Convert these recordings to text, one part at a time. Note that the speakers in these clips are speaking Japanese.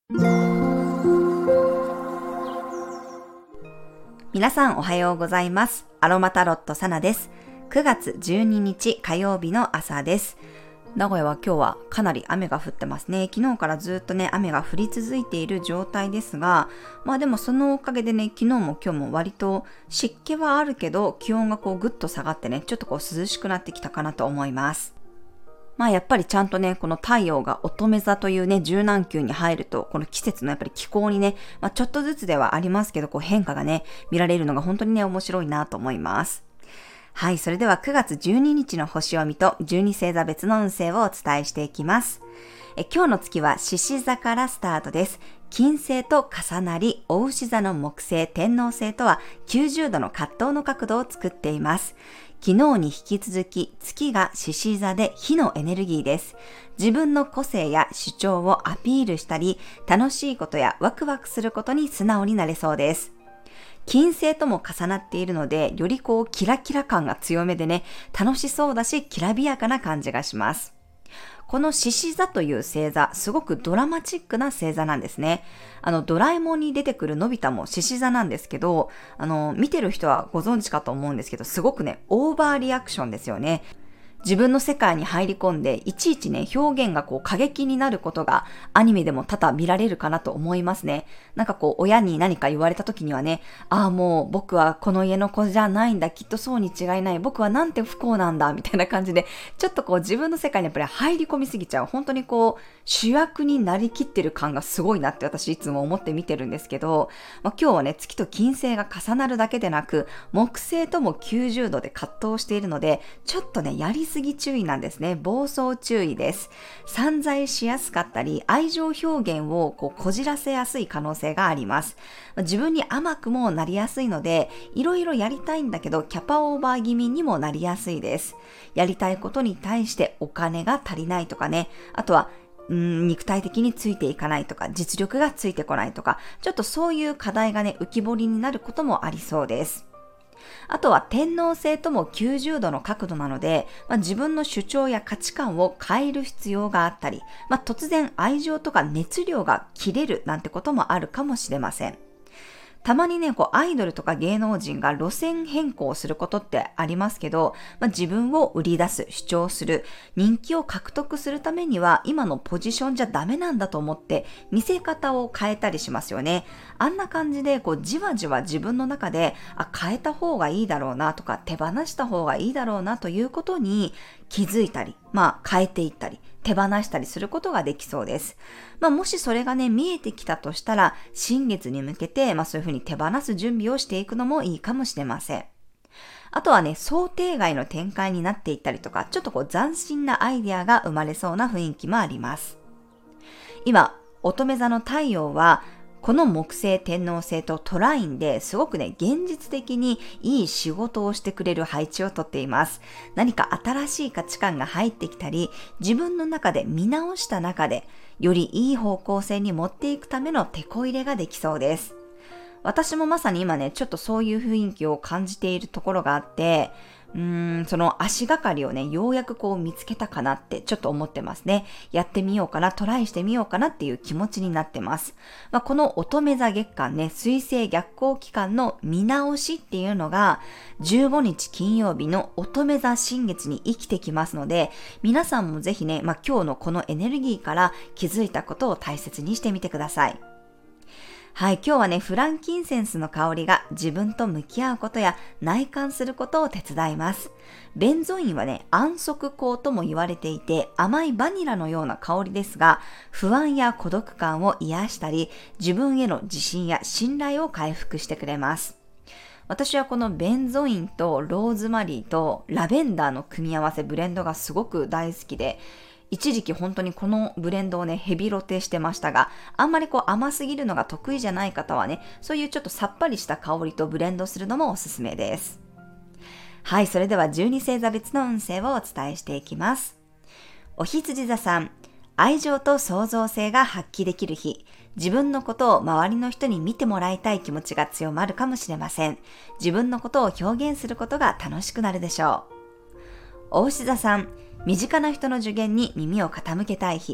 皆さんおはようございます。アロマタロットサナです。9月12日火曜日の朝です。名古屋は今日はかなり雨が降ってますね。昨日からずっとね、雨が降り続いている状態ですが、でもそのおかげでね、昨日も今日も割と湿気はあるけど、気温がぐっと下がってね、ちょっと涼しくなってきたかなと思います。やっぱりちゃんとね、この太陽が乙女座というね、柔軟球に入ると、この季節のやっぱり気候にね、ちょっとずつではありますけど、変化がね、見られるのが本当にね、面白いなと思います。はい、それでは9月12日の星読みと12星座別の運勢をお伝えしていきます。今日の月は獅子座からスタートです。金星と重なり、牡牛座の木星、天王星とは90度の葛藤の角度を作っています。昨日に引き続き月が獅子座で火のエネルギーです。自分の個性や主張をアピールしたり、楽しいことやワクワクすることに素直になれそうです。金星とも重なっているので、よりキラキラ感が強めでね、楽しそうだし、きらびやかな感じがします。この獅子座という星座、すごくドラマチックな星座なんですね。ドラえもんに出てくるのび太も獅子座なんですけど、見てる人はご存知かと思うんですけど、すごくね、オーバーリアクションですよね。自分の世界に入り込んで、いちいちね、表現が過激になることがアニメでも多々見られるかなと思いますね。親に何か言われた時にはね、もう僕はこの家の子じゃないんだ、きっとそうに違いない、僕はなんて不幸なんだ、みたいな感じで、ちょっと自分の世界にやっぱり入り込みすぎちゃう。本当に主役になりきってる感がすごいなって私いつも思って見てるんですけど、今日はね、月と金星が重なるだけでなく、木星とも90度で葛藤しているので、ちょっとね、やりすぎ注意なんですね。暴走注意です。散財しやすかったり、愛情表現をこじらせやすい可能性があります。自分に甘くもなりやすいので、いろいろやりたいんだけど、キャパオーバー気味にもなりやすいです。やりたいことに対してお金が足りないとかね、あとは肉体的についていかないとか、実力がついてこないとか、ちょっとそういう課題がね、浮き彫りになることもありそうです。あとは天王星とも90度の角度なので、自分の主張や価値観を変える必要があったり、突然愛情とか熱量が切れるなんてこともあるかもしれません。たまにね、アイドルとか芸能人が路線変更することってありますけど、自分を売り出す、主張する、人気を獲得するためには今のポジションじゃダメなんだと思って見せ方を変えたりしますよね。あんな感じでじわじわ自分の中で変えた方がいいだろうなとか手放した方がいいだろうなということに気づいたり、変えていったり、手放したりすることができそうです。もしそれがね、見えてきたとしたら、新月に向けて、そういうふうに手放す準備をしていくのもいいかもしれません。あとはね、想定外の展開になっていったりとか、ちょっと斬新なアイデアが生まれそうな雰囲気もあります。今、乙女座の太陽は、この木星天王星とトラインですごくね、現実的にいい仕事をしてくれる配置をとっています。何か新しい価値観が入ってきたり、自分の中で見直した中で、よりいい方向性に持っていくための手こ入れができそうです。私もまさに今ね、ちょっとそういう雰囲気を感じているところがあって、その足がかりをね、ようやく見つけたかなってちょっと思ってますね。やってみようかな、トライしてみようかなっていう気持ちになってます。この乙女座月間ね、水星逆行期間の見直しっていうのが、15日金曜日の乙女座新月に生きてきますので、皆さんもぜひね、今日のこのエネルギーから気づいたことを大切にしてみてください。はい、今日はね、フランキンセンスの香りが自分と向き合うことや内観することを手伝います。ベンゾインはね、安息香とも言われていて、甘いバニラのような香りですが、不安や孤独感を癒したり、自分への自信や信頼を回復してくれます。私はこのベンゾインとローズマリーとラベンダーの組み合わせ、ブレンドがすごく大好きで、一時期本当にこのブレンドをね、ヘビロテしてましたが、あんまり甘すぎるのが得意じゃない方はね、そういうちょっとさっぱりした香りとブレンドするのもおすすめです。はい、それでは12星座別の運勢をお伝えしていきます。お羊座さん、愛情と創造性が発揮できる日、自分のことを周りの人に見てもらいたい気持ちが強まるかもしれません。自分のことを表現することが楽しくなるでしょう。お牛座さん、身近な人の助言に耳を傾けたい日、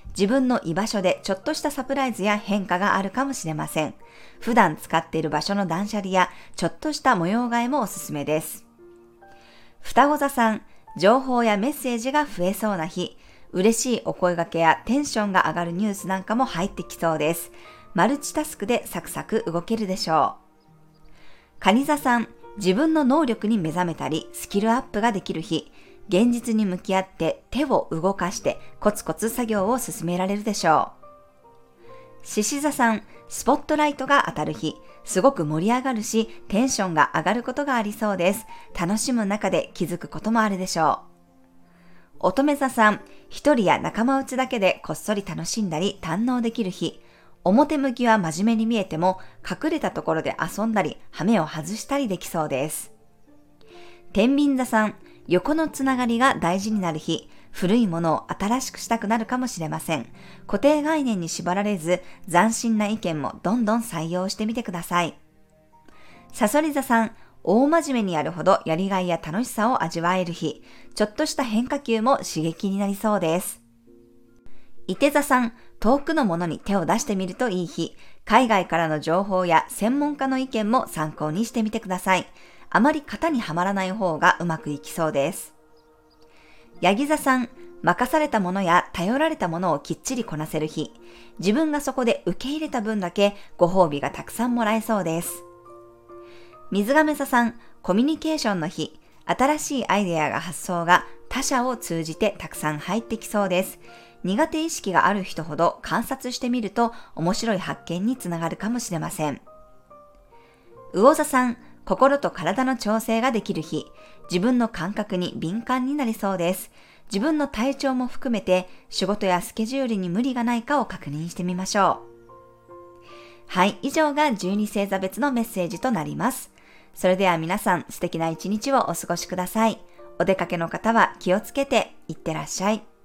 自分の居場所でちょっとしたサプライズや変化があるかもしれません。普段使っている場所の断捨離やちょっとした模様替えもおすすめです。双子座さん、情報やメッセージが増えそうな日、嬉しいお声掛けやテンションが上がるニュースなんかも入ってきそうです。マルチタスクでサクサク動けるでしょう。蟹座さん、自分の能力に目覚めたり、スキルアップができる日、現実に向き合って手を動かしてコツコツ作業を進められるでしょう。獅子座さん、スポットライトが当たる日、すごく盛り上がるし、テンションが上がることがありそうです。楽しむ中で気づくこともあるでしょう。乙女座さん、一人や仲間内だけでこっそり楽しんだり堪能できる日、表向きは真面目に見えても隠れたところで遊んだり、羽目を外したりできそうです。天秤座さん、横のつながりが大事になる日、古いものを新しくしたくなるかもしれません。固定概念に縛られず、斬新な意見もどんどん採用してみてください。蠍座さん、大真面目にやるほどやりがいや楽しさを味わえる日、ちょっとした変化球も刺激になりそうです。射手座さん、遠くのものに手を出してみるといい日、海外からの情報や専門家の意見も参考にしてみてください。あまり型にはまらない方がうまくいきそうです。ヤギ座さん、任されたものや頼られたものをきっちりこなせる日、自分がそこで受け入れた分だけご褒美がたくさんもらえそうです。水亀座さん、コミュニケーションの日、新しいアイデアが発想が他者を通じてたくさん入ってきそうです。苦手意識がある人ほど観察してみると面白い発見につながるかもしれません。魚座さん、心と体の調整ができる日、自分の感覚に敏感になりそうです。自分の体調も含めて仕事やスケジュールに無理がないかを確認してみましょう。はい、以上が12星座別のメッセージとなります。それでは皆さん、素敵な一日をお過ごしください。お出かけの方は気をつけていってらっしゃい。